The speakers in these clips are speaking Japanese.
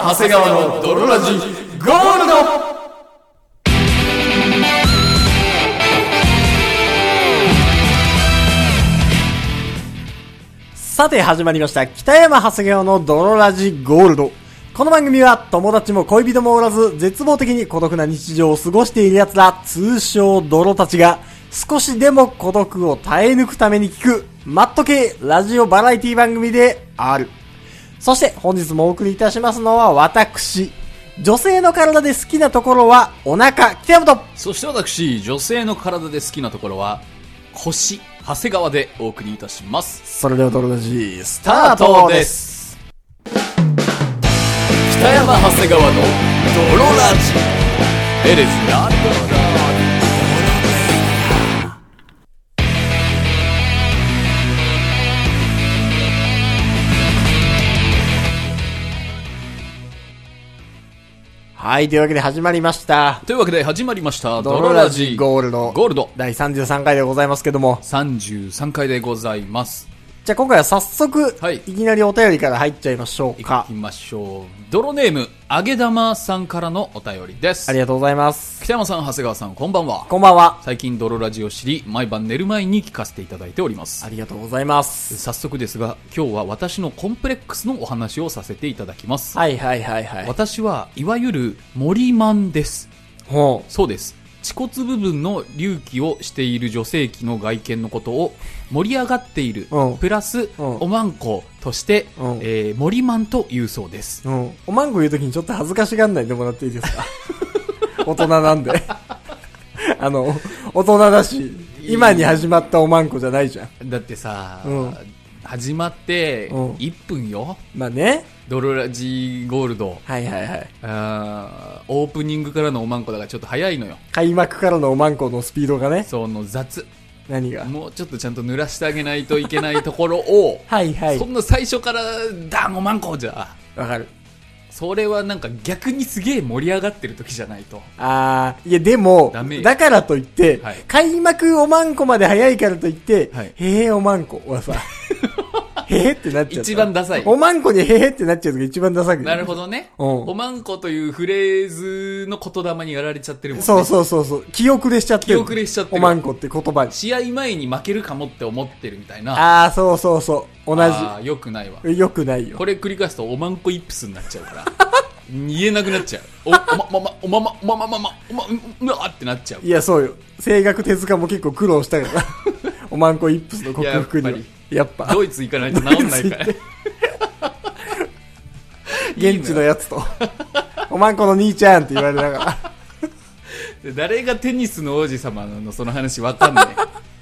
長谷川の泥ラジゴールド。 さて始まりました北山長谷川の泥ラジゴールド。この番組は友達も恋人もおらず絶望的に孤独な日常を過ごしている奴ら、通称泥たちが少しでも孤独を耐え抜くために聞くマット系ラジオバラエティ番組である。そして本日もお送りいたしますのは私、女性の体で好きなところはお腹、北山と、 そして私、女性の体で好きなところは腰、長谷川でお送りいたします。 それでは泥ラジスタートです。 北山長谷川の泥ラジ It is not good。 はい、というわけで始まりました。 泥ラジゴールド。 ゴールド。 第33回でございますけども。 33回でございます。 じゃあ今回は早速、 はい、 いきなりお便りから入っちゃいましょうか。 行きましょう。泥ネーム、あげ玉さんからのお便りです。 ありがとうございます。 北山さん、長谷川さん、こんばんは。 こんばんは。 最近泥ラジを知り、毎晩寝る前に聞かせていただいております。 ありがとうございます。 早速ですが、今日は私のコンプレックスのお話をさせていただきます。 はいはいはいはい。 私はいわゆる森マンです。 ほう。 そうです。恥骨部分の隆起をしている女性器の外見のことを盛り上がっている、プラス、おまんことして、森マンと言うそうです。 おまんこ言うときにちょっと恥ずかしがんないでもらっていいですか？大人なんで。大人だし、今に始まったおまんこじゃないじゃん。 だってさ、始まって1分よ。 まあね。 泥ラジゴールド。 はいはいはい。 オープニングからのおまんこだからちょっと早いのよ。 開幕からのおまんこのスピードがね。 その雑。 何が？ もうちょっとちゃんと濡らしてあげないといけないところをはいはい。 そんな最初からダンおまんこじゃ。 わかる。 それはなんか逆にすげえ盛り上がってる時じゃないと。 いやでも、だからといって、 はい、 開幕おまんこまで早いからといって、 はい、 へーおまんこはさ、へーってなっちゃう。 一番ダサい。 おまんこにへーってなっちゃうのが一番ダサく。 なるほどね。おまんこというフレーズの言霊にやられちゃってるもんね。 そうそうそうそう。気遅れしちゃってる。 気遅れしちゃってる。 おまんこって言葉に。 試合前に負けるかもって思ってるみたいな。 そうそうそう。同じ。 よくないわ。 よくないよ。 これ繰り返すとおまんこイップスになっちゃうから。言えなくなっちゃう。おまってなっちゃう。 いや、そうよ。声楽手塚も結構苦労したから。おまんこイップスの克服には。やっぱ。 ドイツ行かないと治んないから。 現地のやつと。おまんこの兄ちゃんって言われながら。 誰がテニスの王子様のその話わかんない。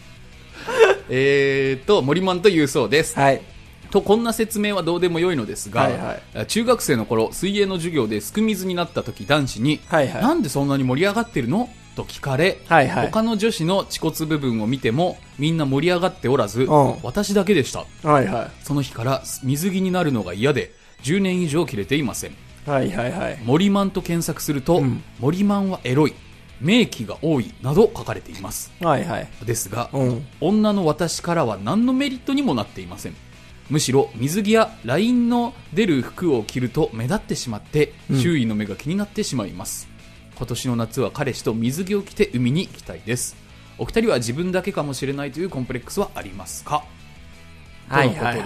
森マンと言うそうです。 はい。 とこんな説明はどうでもよいのですが、中学生の頃水泳の授業ですく水になった時男子に、なんでそんなに盛り上がってるのと聞かれ、他の女子の恥骨部分を見てもみんな盛り上がっておらず、私だけでした、その日から水着になるのが嫌で10年以上着れていません。森マンと検索すると、森マンはエロい、名器が多いなど書かれています、ですが、女の私からは何のメリットにもなっていません。むしろ水着やラインの出る服を着ると目立ってしまって周囲の目が気になってしまいます、今年の夏は彼氏と水着を着て海に行きたいです。お二人は自分だけかもしれないというコンプレックスはありますか？ま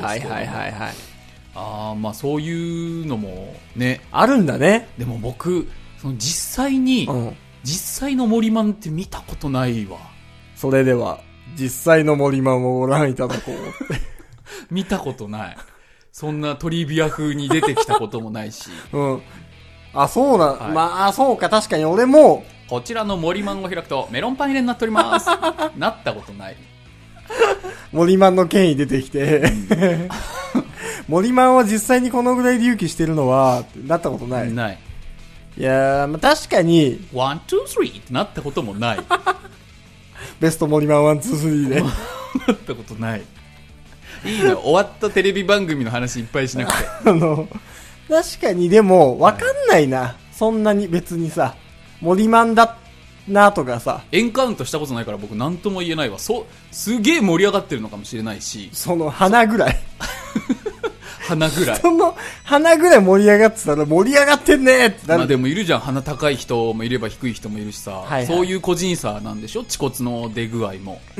あそういうのもねあるんだね。 でも僕その実際の森マンって見たことないわ。 それでは実際の森マンをご覧いただこう見たことない。そんなトリビア風に出てきたこともないし。 そうな、まあそうか、確かに俺もこちらの森マンを開くとメロンパン入れになっておりますなったことない。 森マンの権威出てきて、森マンは実際にこのぐらいで隆起してるのはなったことない。 ない。 いやー、まあ、確かにワン、ツー、スリーってなったこともない。 ベスト森マン1、2、3でなったことない。いいの、終わったテレビ番組の話いっぱいしなくて。 確かにでも分かんないな、そんなに別にさ森マンだなとかさ、 エンカウントしたことないから僕何とも言えないわ。すげえ盛り上がってるのかもしれないし、 その鼻ぐらい鼻ぐらい。 その鼻ぐらい盛り上がってたら盛り上がってんねってなる。 まあでもいるじゃん。鼻高い人もいれば低い人もいるしさ。はいはい、そういう個人差なんでしょ、恥骨の出具合も。 うん。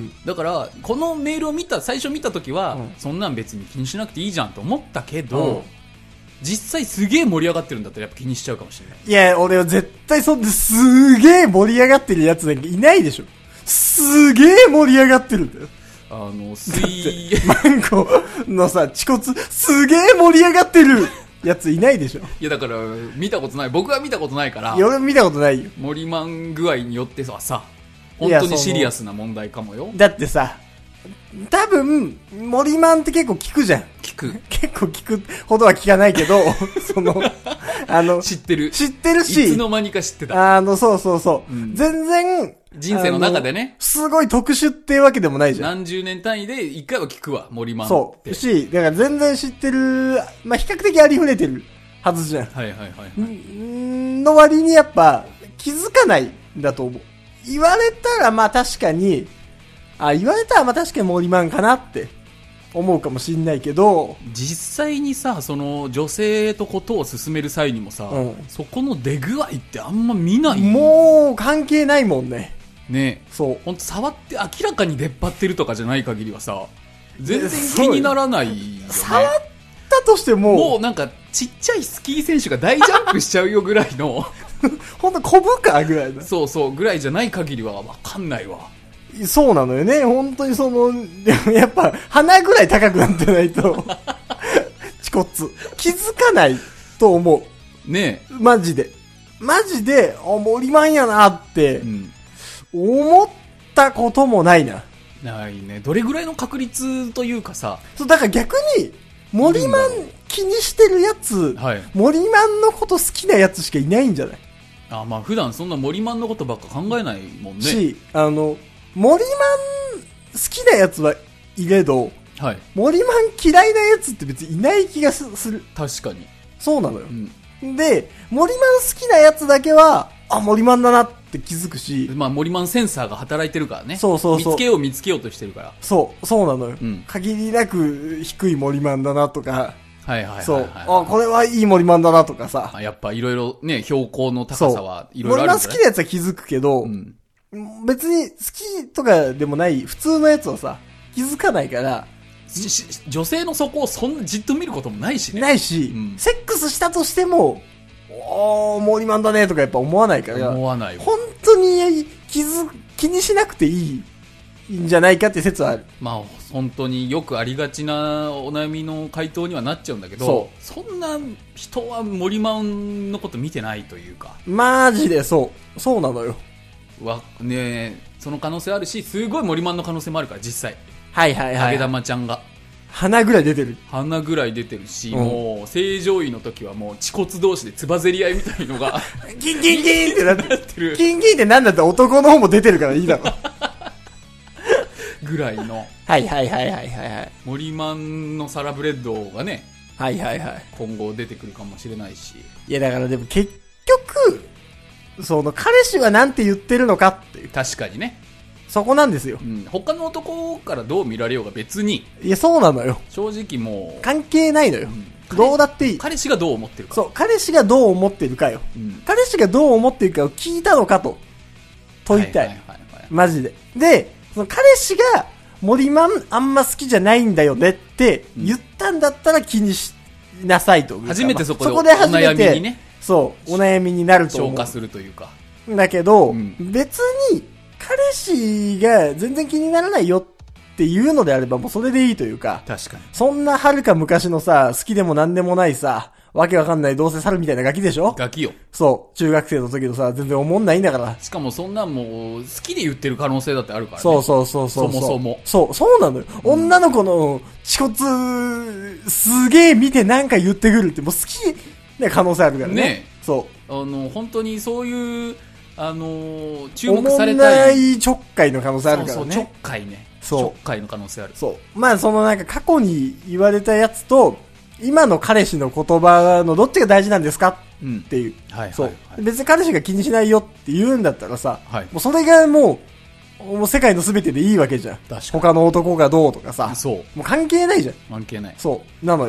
だから、このメールを最初見た時は、そんなん別に気にしなくていいじゃんと思ったけど、実際すげえ盛り上がってるんだったらやっぱ気にしちゃうかもしれない。 いや、俺は絶対すげえ盛り上がってるやつなんかいないでしょ。すげえ盛り上がってるんだよ。マンコのさ、恥骨、すげえ盛り上がってるやついないでしょ。 いやだから、見たことない。僕は見たことないから。 いや、俺見たことないよ。 盛りマン具合によってさ、本当にシリアスな問題かもよ。 だってさ、多分、森マンって結構聞くじゃん。 聞く。 結構聞くほどは聞かないけど、 知ってるし、いつの間にか知ってた。 そう、全然、 人生の中でね。 すごい特殊っていうわけでもないじゃん。 何十年単位で一回は聞くわ、森マンって。 そうし、だから全然知ってる、まあ、比較的ありふれてるはずじゃん。 はい。 の割にやっぱ、気づかないんだと思う。言われたらまあ確かに森マンかなって思うかもしんないけど、 実際にさ、その女性とことを進める際にもさ、そこの出具合ってあんま見ない。 もう関係ないもんね。 ね。 そう。 ほんと触って明らかに出っ張ってるとかじゃない限りはさ、全然気にならないよね。 触ったとしても、 もうなんかちっちゃいスキー選手が大ジャンプしちゃうよぐらいのほんとコブかぐらいだ。 そうぐらいじゃない限りはわかんないわ。 そうなのよね。本当にでもやっぱ鼻ぐらい高くなってないと恥骨気づかないと思う。 ねえ。 マジで森マンやなって思ったこともないな。 ないね。どれぐらいの確率というかさ。 そうだから逆に森マン気にしてるやつ、森マンのこと好きなやつしかいないんじゃない？ まあ普段そんな森マンのことばっか考えないもんね。 森マン好きなやつはいれど、森マン嫌いなやつって別にいない気がする。 確かに。 そうなのよ。で、森マン好きなやつだけは、森マンだなって気づくし。 まあ森マンセンサーが働いてるからね。 そう。 見つけようとしてるから。 そうなのよ。限りなく低い森マンだなとか。そう。これはいい森マンだなとかさ。 やっぱいろいろね、標高の高さはいろいろあるんだね。 森マン好きなやつは気づくけど、別に好きとかでもない普通のやつはさ、気づかないから、 女性のそこをそんなじっと見ることもないしね。 ないし、セックスしたとしても、森マンだねとかやっぱ思わないから、 思わない。 本当に気にしなくていいんじゃないかって説はある。 まあ本当によくありがちなお悩みの回答にはなっちゃうんだけど、そんな人は森マンのこと見てないというか。 マジでそうなのよ。 ね、その可能性あるし、すごい森マンの可能性もあるから実際。 揚げ玉ちゃんが鼻ぐらい出てるし、もう正常位の時はもう恥骨同士でつばぜり合いみたいのがギンってなってる。ギンってなんだって男の方も出てるからいいだろぐらいの。森マンのサラブレッドがね、今後出てくるかもしれないし。 いやだからでも結局彼氏はなんて言ってるのかっていう。 確かにね。 そこなんですよ。 他の男からどう見られようが別に。 いや、そうなのよ。 正直もう。 関係ないのよ。どうだっていい。 彼氏がどう思ってるか。 そう、彼氏がどう思ってるかよ。彼氏がどう思ってるかを聞いたのかと問いたい。マジで。で、その彼氏が森マンあんま好きじゃないんだよねって言ったんだったら気にしなさいと。 初めてそこで初めてお悩みにね。 そう、お悩みになると思う。 消化するというか。 だけど、別に彼氏が全然気にならないよっていうのであればもうそれでいいというか。 確かに。 そんな遥か昔のさ、好きでもなんでもないさ、わけわかんないどうせ猿みたいなガキでしょ？ ガキよ。 そう。中学生の時のさ、全然思んないんだから。 しかもそんなんもう、好きで言ってる可能性だってあるからね。 そう。 そもそも。 そうなのよ。女の子の恥骨、すげえ見てなんか言ってくるってもう好きな可能性あるからね。 ね。 そう。 本当にそういう、注目されたい。 ないちょっかいの可能性あるからね。 ちょっかいね。ちょっかいの可能性ある。 そう。まあなんか過去に言われたやつと、今の彼氏の言葉のどっちが大事なんですかっていう。そう。別に彼氏が気にしないよって言うんだったらさ、もうそれがもう世界の全てでいいわけじゃん。他の男がどうとかさ。そう。もう関係ないじゃん。 関係ない。 そう。なのよ。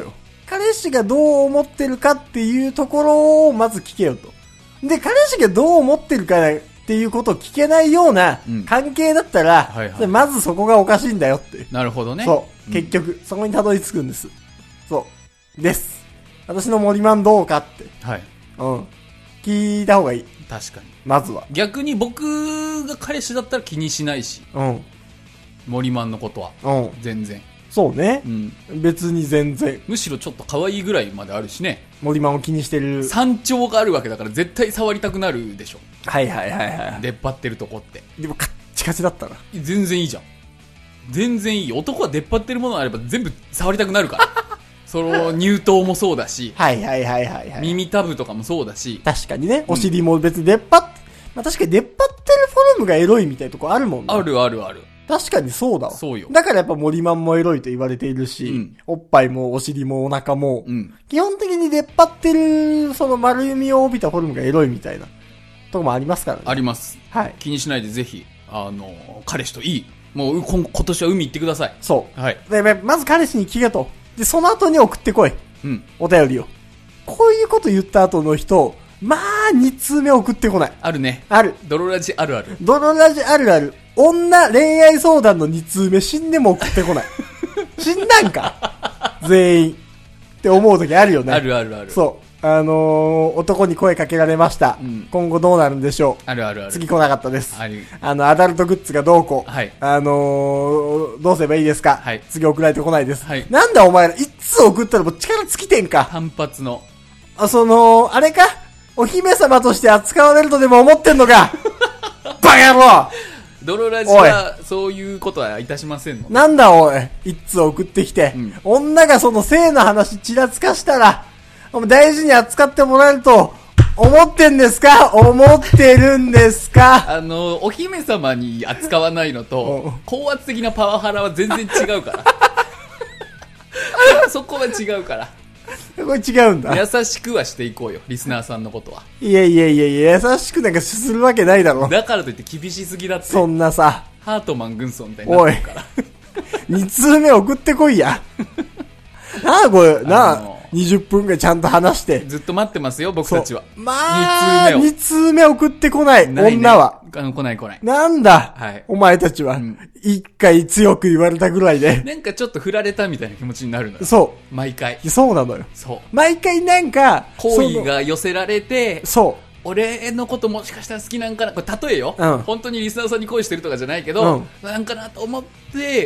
彼氏がどう思ってるかっていうところをまず聞けよと。で、彼氏がどう思ってるかっていうことを聞けないような関係だったら、はいはい、まずそこがおかしいんだよって。 なるほどね。 そう。結局、そこにたどり着くんです。そう。です。私の森マンどうかって。 はい。 うん。聞いた方がいい。 確かに。 まずは。 逆に僕が彼氏だったら気にしないし。 うん。 森マンのことは。 うん。 全然。 そうね。うん。別に全然。 むしろちょっと可愛いぐらいまであるしね。 森マンを気にしてる。 山頂があるわけだから絶対触りたくなるでしょ。 はいはいはいはい。 出っ張ってるとこって。 でもカッチカチだったら。 全然いいじゃん。全然いい。男は出っ張ってるものがあれば全部触りたくなるから。その乳頭もそうだし。 はいはいはいはい、はい。 耳たぶとかもそうだし。 確かにね。お尻も別に出っ張って、まあ確かに出っ張ってるフォルムがエロいみたいなとこあるもんね。 あるあるある。 確かにそうだわ。 そうよ。 だからやっぱ森マンもエロいと言われているし、うん、おっぱいもお尻もお腹も、うん、基本的に出っ張ってる、その丸みを帯びたフォルムがエロいみたいなとこもありますからね。 あります。はい。気にしないでぜひ、彼氏といい。もう今年は海行ってください。 そう。 はい。 で、まず彼氏に聞けと。で、その後に送ってこい。うん。お便りを。こういうこと言った後の人、まあ、2通目送ってこない。 あるね。 ある。 泥ラジあるある。 泥ラジあるある。女恋愛相談の2通目死んでも送ってこない。死んだんか全員。って思う時あるよね。 あるあるある。 そう。男に声かけられました。うん、今後どうなるんでしょう。 あるあるある。 次来なかったです。アダルトグッズがどうこう。はい。どうすればいいですか。はい。次送られてこないです。はい。なんだお前ら、いつ送ったらもう力尽きてんか。 単発の。 あれかお姫様として扱われるとでも思ってんのかバカ野郎泥ラジはそういうことはいたしませんの。 なんだおい、一通送ってきて、うん、女がその性の話ちらつかしたら、大事に扱ってもらえると思ってんですか思ってるんですかお姫様に扱わないのと、高圧的なパワハラは全然違うから。そこは違うから。 これ違うんだ。 優しくはしていこうよ、リスナーさんのことは。 いや、優しくなんかするわけないだろ。 だからといって厳しすぎだって。 そんなさ。 ハートマン軍曹みたいになってるから。 2通目送ってこいや。なあ、これ、20分ぐらいちゃんと話して。 ずっと待ってますよ、僕たちは。 まあ、2通目送ってこない、ね、女は。 来ない。 なんだ、はい、お前たちは。一回強く言われたぐらいで。 なんかちょっと振られたみたいな気持ちになるのよ。 そう。 毎回。 そうなのよ。そう。毎回なんか、 好意が寄せられて、 そう。 俺のこともしかしたら好きなんかな、これ例えよ。うん。本当にリスナーさんに恋してるとかじゃないけど、なんかなと思って、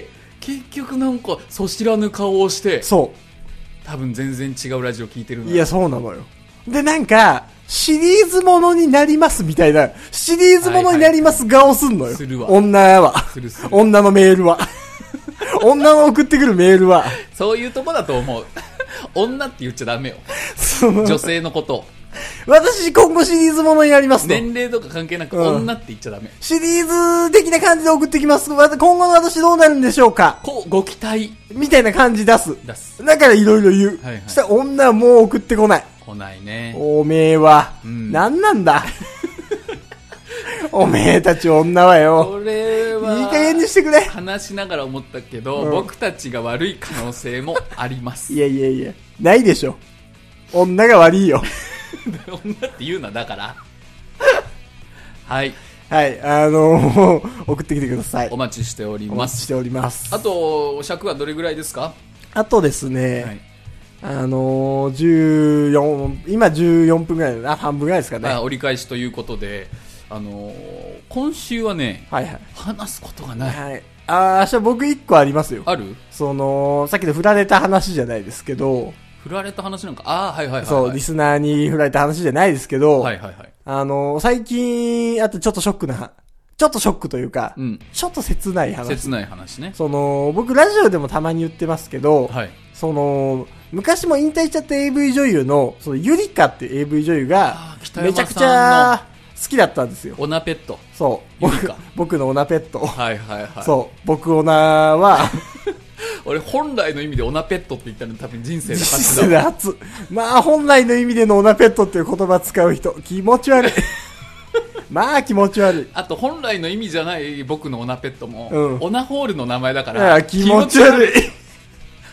結局なんか、そ知らぬ顔をして、 そう。 多分全然違うラジオ聞いてるの。 いや、そうなのよ。で、なんか、シリーズものになりますみたいな、シリーズものになります顔すんのよ。するわ。女は。する。女のメールは。女の送ってくるメールは。 そういうとこだと思う。女って言っちゃダメよ。女性のことを。 私今後シリーズものになりますと。 年齢とか関係なく、女って言っちゃダメ。 シリーズ的な感じで送ってきます。今後の私どうなるんでしょうか。 ご期待。 みたいな感じ出す。だからいろいろ言う。はいはい、したら女はもう送ってこない。 来ないね。 おめえは。何なんだ。おめえたち女はよ。 これは。 いい加減にしてくれ。 話しながら思ったけど、僕たちが悪い可能性もあります。 いや。ないでしょ。女が悪いよ。 女って言うな、だから。はい。 はい、送ってきてください。 お待ちしております。 お待ちしております。 あと、尺はどれぐらいですか？ あとですね、はい、今14分ぐらい、半分ぐらいですかね。 折り返しということで、今週はね、 はいはい、 話すことがない。 はい。明日僕1個ありますよ。 ある？ さっきの振られた話じゃないですけど、 振られた話なんか、はいはいはい。 そう、リスナーに振られた話じゃないですけど、 はいはいはい。 最近、あとちょっとショックというか、ちょっと切ない話。 切ない話ね。 僕ラジオでもたまに言ってますけど、はい。昔も引退しちゃった AV 女優の、ゆりかっていう AV 女優が、めちゃくちゃ好きだったんですよ。 オナペット。 そう。僕のオナペット。 はいはいはい。 そう。僕オナは、 俺本来の意味でオナペットって言ったの多分人生で初だ。 人生で初。まあ本来の意味でのオナペットっていう言葉使う人、気持ち悪い。まあ気持ち悪い。 あと本来の意味じゃない僕のオナペットも、オナホールの名前だから。 気持ち悪い。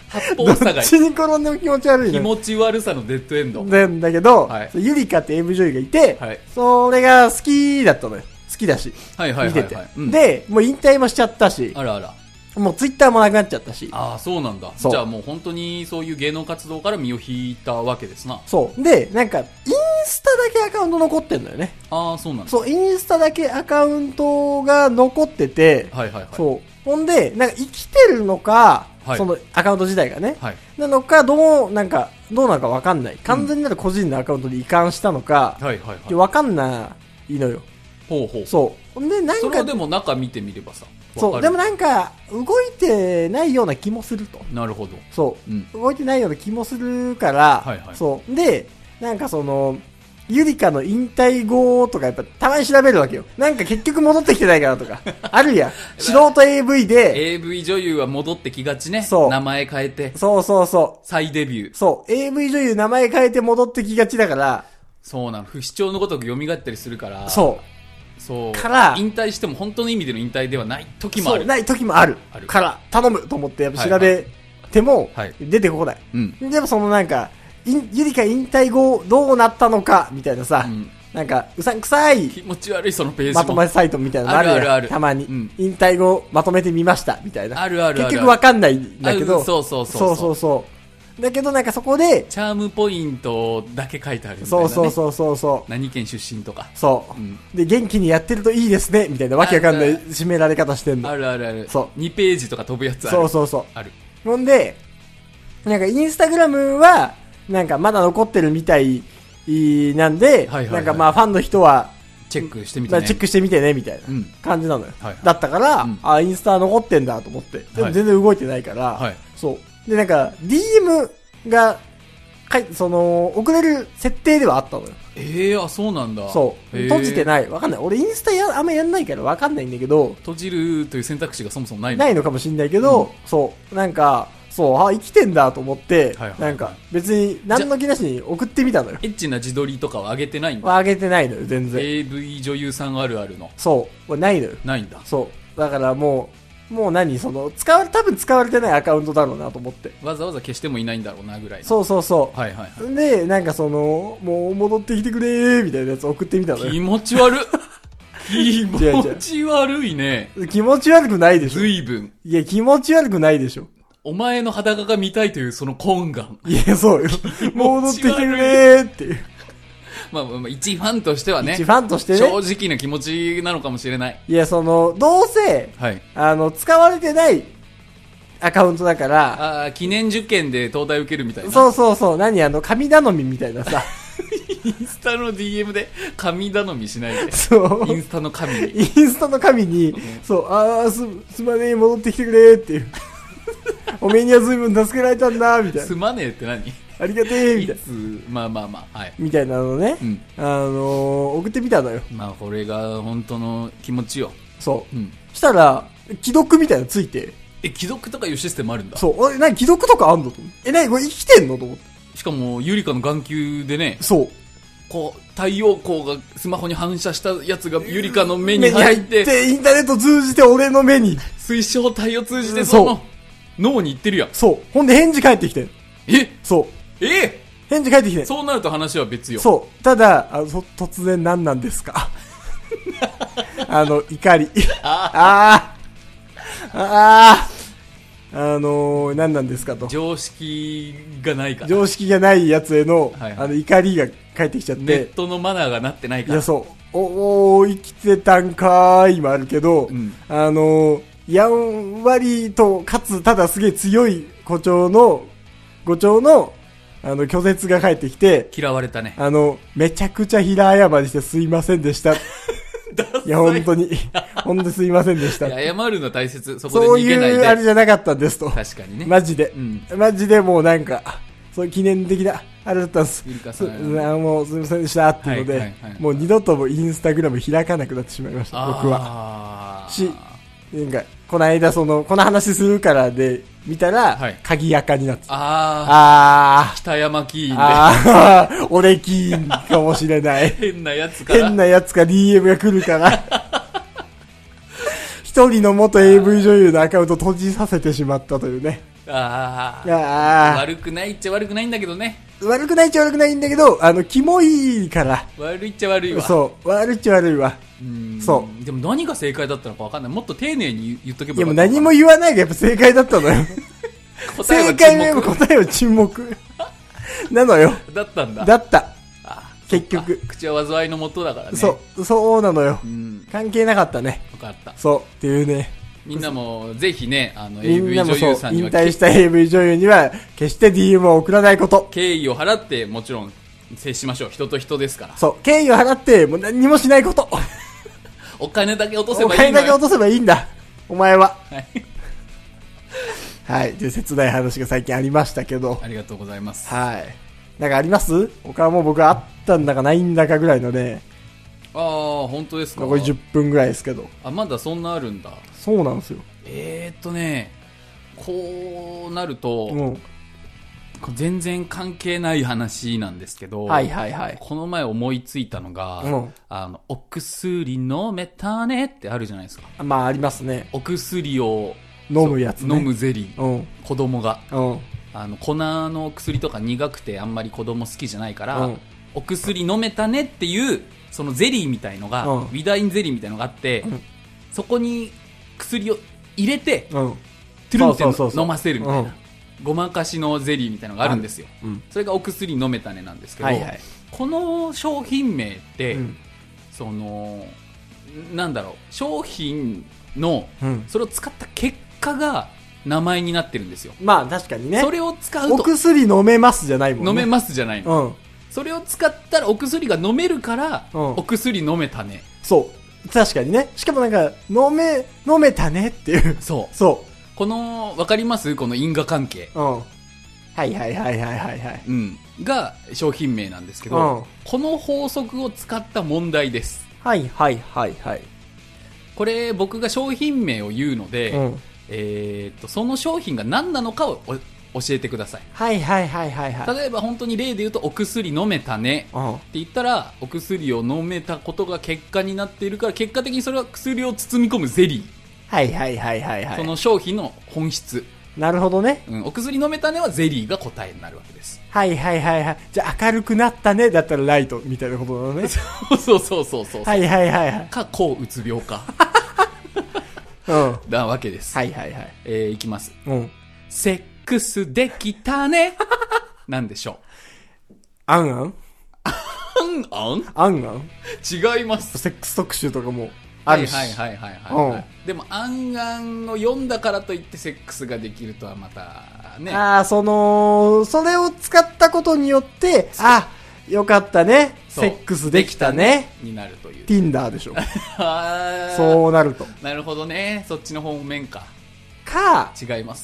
八方塞がり。 どっちに転んでも気持ち悪い気持ち悪さのデッドエンド。 だけど、 はい、 ゆりかって AV 女優がいて、 はい、 それが好きだったのよ。好きだし。 はいはいはい、はい。 見てて、うん。で、もう引退もしちゃったし。 あらあら。 もうツイッターもなくなっちゃったし。 ああ、そうなんだ。じゃあもう本当にそういう芸能活動から身を引いたわけですな。 そう。で、なんか、インスタだけアカウント残ってんのよね。 ああ、そうなんだ。 そう、インスタだけアカウントが残ってて、 はいはいはい。 そう。ほんで、なんか生きてるのか、はい、そのアカウント自体がね。はい。なのか、どうなのかわかんない。完全なる個人のアカウントに移管したのか、はいはいはい。わかんないのよ。 ほうほう。 そう。ほんで、なんか。 それはでも中見てみればさ。 そう、でもなんか、動いてないような気もすると。 なるほど。 そう。うん、動いてないような気もするから、はいはい。そう。で、なんかその、ゆりかの引退後とかやっぱたまに調べるわけよ。なんか結局戻ってきてないかなとか。あるやん。素人 AV で。 AV 女優は戻ってきがちね。 そう。 名前変えて。 そうそうそう。 再デビュー。 そう。AV 女優名前変えて戻ってきがちだから。 そうなの。不死鳥のごとく蘇ったりするから。 そう。 そう。 から、 引退しても本当の意味での引退ではない時もある。 そう、ない時もある。から、頼むと思ってやっぱ調べても、出てこない。うん。でもそのなんか、ゆりか引退後どうなったのか、みたいなさ、うん、なんか、うさんくさい。 気持ち悪いそのページまとめサイトみたいなのあるやん。あるある。たまに、うん。引退後まとめてみました、みたいな。 あるあるある。 結局わかんないんだけど。 そうそうそう。 そうそうそう。だけどなんかそこでチャームポイントだけ書いてあるみたいな、ね、 そうそうそうそう何県出身とかそう、うん、で元気にやってるといいですねみたいなわけわかんない締められ方してんのあるあるあるそう 2ページとか飛ぶやつあるそうそうそうあるほんでなんかインスタグラムはなんかまだ残ってるみたいなんで、はいはいはい、なんかまあファンの人はチェックしてみてね、 チェックしてみてねみたいな感じなのよ、うんはいはい、だったから、うん、あインスタ残ってんだと思ってでも全然動いてないから、はい、そうでなんか DM がその送れる設定ではあったのよ。 あ、そうなんだ。 そう。閉じてない。わかんない。俺インスタあんまやんないからわかんないんだけど。 閉じるという選択肢がそもそもないのないのかもしんないけど、うん、そう。なんか、そう、生きてんだと思って、はいはい、なんか別に何の気なしに送ってみたのよ。 エッチな自撮りとかは上げてないんだ。 上げてないのよ、全然。 AV 女優さんあるあるの。 そう。ないのよ。 ないんだ。 そう。だからもうその、多分使われてないアカウントだろうなと思って。 わざわざ消してもいないんだろうなぐらいの。 そうそうそう。 はいはい、はい。 で、なんかその、もう戻ってきてくれーみたいなやつ送ってみたのよ。 気持ち悪っ。気持ち悪いね。 気持ち悪くないでしょ。 随分。 いや、気持ち悪くないでしょ。 お前の裸が見たいというその懇願。 いや、そうよ。戻ってきてくれーっていう。 まあ、一ファンとしてはね。 一ファンとしてね。 正直な気持ちなのかもしれない。 いや、どうせ、はい、使われてないアカウントだから。 記念受験で東大受けるみたいな。 そうそうそう。神頼みみたいなさ。 インスタの DM で神頼みしないで。 そう。 インスタの神に。 インスタの神に、そう、すまねえ、戻ってきてくれっていう。おめえには随分助けられたんだ、みたいな。 すまねえって何ありがてえみたいな。まあ、はい。 みたいなのね、うん、送ってみたのよ。 まあ、これが本当の気持ちよ。 そう。うん。したら、既読みたいなのついて。 既読とかいうシステムあるんだ。 そう。既読とかあんのと思って。これ生きてんのと思って。 しかも、ゆりかの眼球でね。 そう。 こう、太陽光がスマホに反射したやつがゆりかの目に入って。 インターネット通じて俺の目に。 水晶体を通じてその脳に行ってるやん。 そう。ほんで返事返ってきて。そう。返事返ってきて。 そうなると話は別よ。 そう。ただ、突然何なんですか怒り。何なんですかと。 常識がないから。 常識がないやつへの、はいはい、怒りが返ってきちゃって。 ネットのマナーがなってないから。 いや、そう。生きてたんかーいもあるけど、うん、やんわりと、かつ、ただすげえ強い語調の、拒絶が返ってきて。 嫌われたね。 めちゃくちゃ平謝りしてすいませんでした。いや、本当にすいませんでした。 謝るの大切。そこで逃げないで。 そういうあれじゃなかったんですと。 確かにね。 マジで。うん、マジでもうなんか、そういう記念的な、あれだったんです。もうすいませんでしたっていうので、はいはいはい、もう二度ともインスタグラム開かなくなってしまいました、僕は。なんか、この間この話するからで見たら、はい、鍵垢になってた。 北山キーンで。 俺キーンかもしれない。 変なやつから DM が来るから。一人の元 AV 女優のアカウント閉じさせてしまったというね。 悪くないっちゃ悪くないんだけどね。 悪くないっちゃ悪くないんだけど、キモいから。 悪いっちゃ悪いわ。 そう。悪いっちゃ悪いわ。そう。 でも何が正解だったのか分かんない。もっと丁寧に言っとけばよかった。 いやもう何も言わないがやっぱ正解だったのよ。正解は答えは沈黙。なのよ。 だったんだ。 だった。結局。 口は災いの元だからね。 そうなのよ。関係なかったね。 分かった。 そう。っていうね。 みんなもぜひね、AV 女優さんには引退した AV 女優には決して DM を送らないこと。 敬意を払ってもちろん接しましょう。人と人ですから。 そう。敬意を払ってもう何にもしないこと。 お金だけ落とせばいいんだ。 お金だけ落とせばいいんだ。お前は。はい。はい。で、切ない話が最近ありましたけど。 ありがとうございます。 はい。なんかあります？他はもう僕あったんだかないんだかぐらいのね。 本当ですか。 残り10分ぐらいですけど。 まだそんなあるんだ。 そうなんですよ。 こうなると、全然関係ない話なんですけど、この前思いついたのが、お薬飲めたねってあるじゃないですか。 まあありますね。 お薬を飲むやつね。 飲むゼリー。子供が。粉の薬とか苦くてあんまり子供好きじゃないから、お薬飲めたねっていうそのゼリーみたいのが、ウィダインゼリーみたいのがあって、そこに薬を入れて、トゥルンって飲ませるみたいな、ごまかしのゼリーみたいなのがあるんですよ。それがお薬飲めたねなんですけど、この商品名って、なんだろう、商品の、それを使った結果が名前になってるんですよ。 まあ確かにね。 それを使うとお薬飲めますじゃないもんね。 飲めますじゃないの。それを使ったらお薬が飲めるから、お薬飲めたね。 そう。確かにね。しかもなんか、飲めたねっていう。 そう。この、わかります？この因果関係。はい。が商品名なんですけど、この法則を使った問題です。これ、僕が商品名を言うので、その商品が何なのかを教えてください。例えば本当に例で言うと、お薬飲めたねって言ったら、お薬を飲めたことが結果になっているから、結果的にそれは薬を包み込むゼリー。その商品の本質。 なるほどね。 お薬飲めたねはゼリーが答えになるわけです。 じゃあ明るくなったねだったらライトみたいなことなのね。 そう。か、抗うつ病か。なわけです。いきます。セックスできたね。なんでしょう。 あんあん違います。 セックス特集とかもあるし。 でも、あんあんを読んだからといってセックスができるとはまたね。それを使ったことによって、よかったね。セックスできたね。 になるという。 Tinder でしょ。そうなると。 なるほどね。そっちの方面か。違います。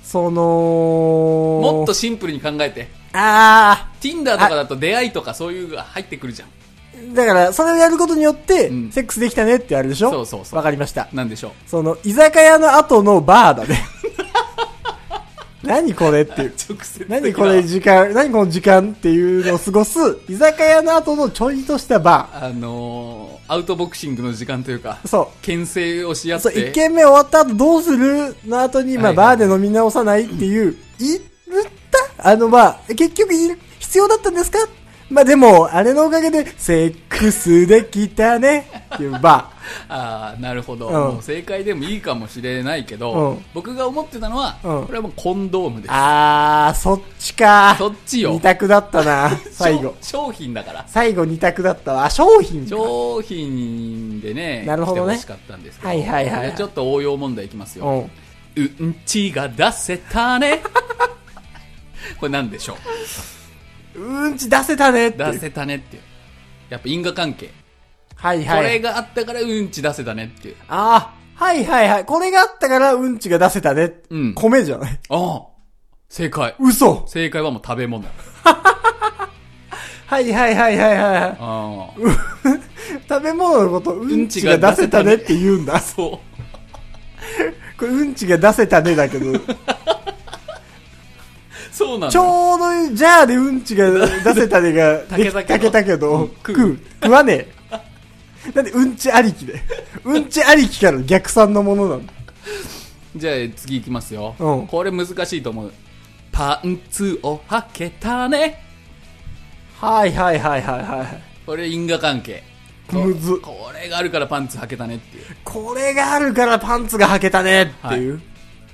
もっとシンプルに考えて。Tinder とかだと出会いとかそういうが入ってくるじゃん。 だから、それをやることによって、セックスできたねってあるでしょ。 そう。 わかりました。 なんでしょう。居酒屋の後のバーだね。何これっていう。何この時間っていうのを過ごす、居酒屋の後のちょいとしたバー。アウトボクシングの時間というか、牽制をし合って。 1軒目終わった後どうするの後に、バーで飲み直さないっていう、言った結局必要だったんですか？でも、あれのおかげで、セックスできたねっていうバー。なるほど。もう正解でもいいかもしれないけど、僕が思ってたのは、これはもうコンドームです。 そっちか。 そっちよ。 二択だったな、最後。 商品だから。 最後二択だったわ。商品でね、 なるほどね。 来てほしかったんですけど。ちょっと応用問題いきますよ。うんちが出せたね。これなんでしょう。 うんち出せたねって。 出せたねっていう。やっぱ因果関係。 これがあったからうんち出せたねっていう。 これがあったからうんちが出せたね。米じゃない。 正解。 嘘。 正解はもう食べ物。 食べ物のことうんちが出せたねって言うんだ。 そう。 これうんちが出せたねだけど。 そうなんだ。 ちょうどジャーでうんちが出せたねが炊けたけど、食わねえ。なんでうんちありきで。うんちありきから逆算のものなの。 じゃあ次いきますよ。 うん。 これ難しいと思う。パンツを履けたね。 はいはいはいはいはい。 これ因果関係。 むず。 これがあるからパンツ履けたねっていう。 これがあるからパンツが履けたねっていう。はい、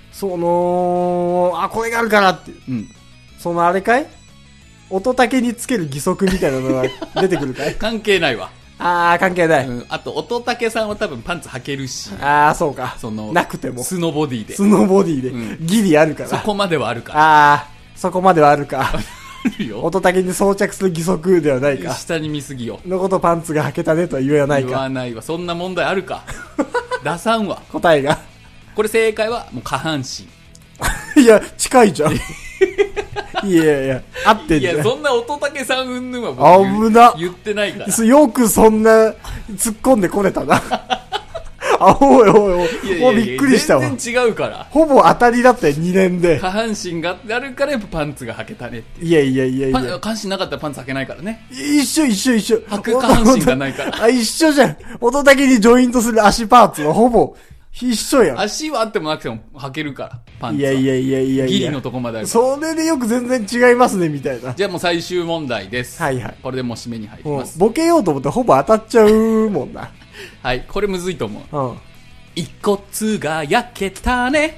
これがあるからっていう。うん。そのあれかい？乙武につける義足みたいなのが出てくるかい？ 関係ないわ。 関係ない。 うん。あと、乙武さんは多分パンツ履けるし。 そうか。なくても。 スノボディで。 スノボディで。うん、ギリあるから。 そこまではあるから。 そこまではあるか。 あるよ。 乙武に装着する義足ではないか。 下に見すぎよ。 のことパンツが履けたねとは言わないか。 言わないわ。そんな問題あるか。出さんわ。 答えが。 これ正解はもう下半身。いや、近いじゃん。いやいや、合ってんじゃん。 いや、そんな乙武さんうんぬんは僕危な。 言ってないから。 よくそんな突っ込んでこれたな。おいおい、もうびっくりしたわ。 全然違うから。 ほぼ当たりだったよ、2年で。 下半身があるからやっぱパンツが履けたねって。 いや。 下半身なかったらパンツ履けないからね。 一緒。 履く下半身がないから。 一緒じゃん。乙武にジョイントする足パーツはほぼ一緒やん。 足はあってもなくても履けるから、パンツは。 いや。 ギリのとこまである。 それでよく全然違いますね、みたいな。 じゃあもう最終問題です。はいはい。これでもう締めに入ります。 ボケようと思ってほぼ当たっちゃうもんな。 はい、これむずいと思う。うん。遺骨が焼けたね。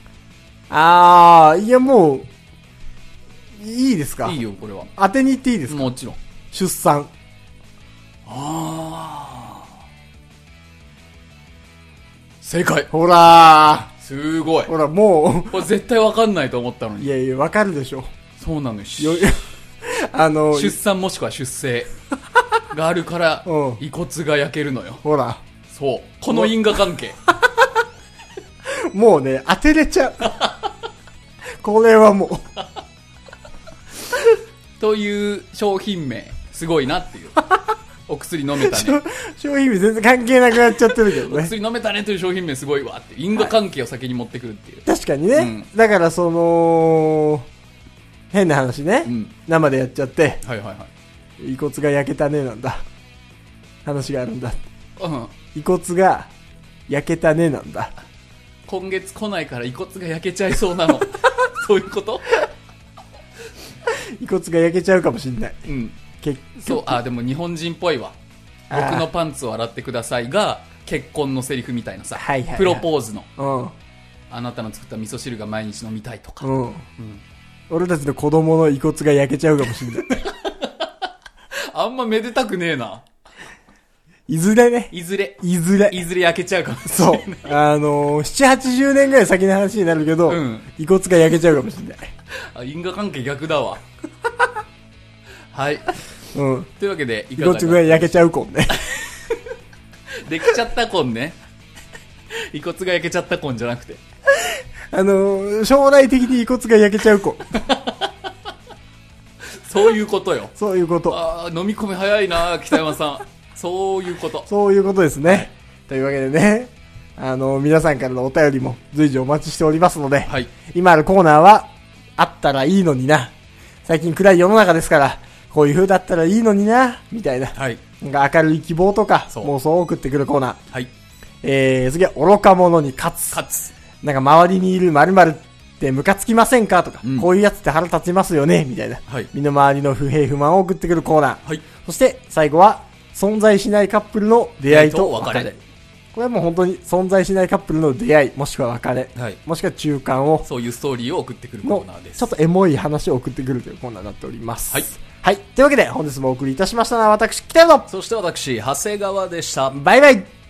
いやもう、いいですか？ いいよ、これは。 当てに行っていいですか？ もちろん。 出産。 正解。 ほらー。すごい。 ほら、もう。これ絶対わかんないと思ったのに。 いや、わかるでしょ。 そうなのよ。出産もしくは出生があるから、遺骨が焼けるのよ。 ほら。 そう。この因果関係。 もうね、当てれちゃう。これはもう。 という商品名、すごいなっていう。お薬飲めたね。 商品名全然関係なくなっちゃってるけどね。 お薬飲めたねという商品名すごいわって。因果関係を先に持ってくるっていう。 確かにね。だから変な話ね。生でやっちゃって。はいはいはい。遺骨が焼けたねなんだ。話があるんだ。遺骨が焼けたねなんだ。 今月来ないから遺骨が焼けちゃいそうなの。そういうこと？ 遺骨が焼けちゃうかもしんない。うん。 そう、でも日本人っぽいわ。僕のパンツを洗ってくださいが結婚のセリフみたいなさ、プロポーズの、あなたの作った味噌汁が毎日飲みたいとか、 俺たちの子供の遺骨が焼けちゃうかもしれない。 あんまめでたくねえな。 いずれね。 いずれ焼けちゃうかもしれない。 そう。7、80年ぐらい先の話になるけど、遺骨が焼けちゃうかもしれない。 因果関係逆だわ。はい。というわけで、 いかがですか？遺骨が焼けちゃうコンね。 できちゃったコンね。遺骨が焼けちゃったコンじゃなくて。 将来的に遺骨が焼けちゃうコン。 そういうことよ。 そういうこと。 飲み込み早いな、北山さん。そういうこと。 そういうことですね。はい、というわけでね、皆さんからのお便りも随時お待ちしておりますので、はい、今あるコーナーは、あったらいいのにな。最近暗い世の中ですから、こういう風だったらいいのにな、みたいな。はい。なんか明るい希望とか、妄想を送ってくるコーナー。はい。次は愚か者に勝つ。なんか周りにいる〇〇ってムカつきませんかとか、こういうやつって腹立ちますよねみたいな。はい。身の回りの不平不満を送ってくるコーナー。はい。そして最後は、存在しないカップルの出会いと別れ。これはもう本当に存在しないカップルの出会い、もしくは別れ、はい、もしくは中間を。 そういうストーリーを送ってくるコーナーです。 ちょっとエモい話を送ってくるというコーナーになっております。はい。はい。というわけで、本日もお送りいたしましたのは私、北山と。 そして私、長谷川でした。 バイバイ。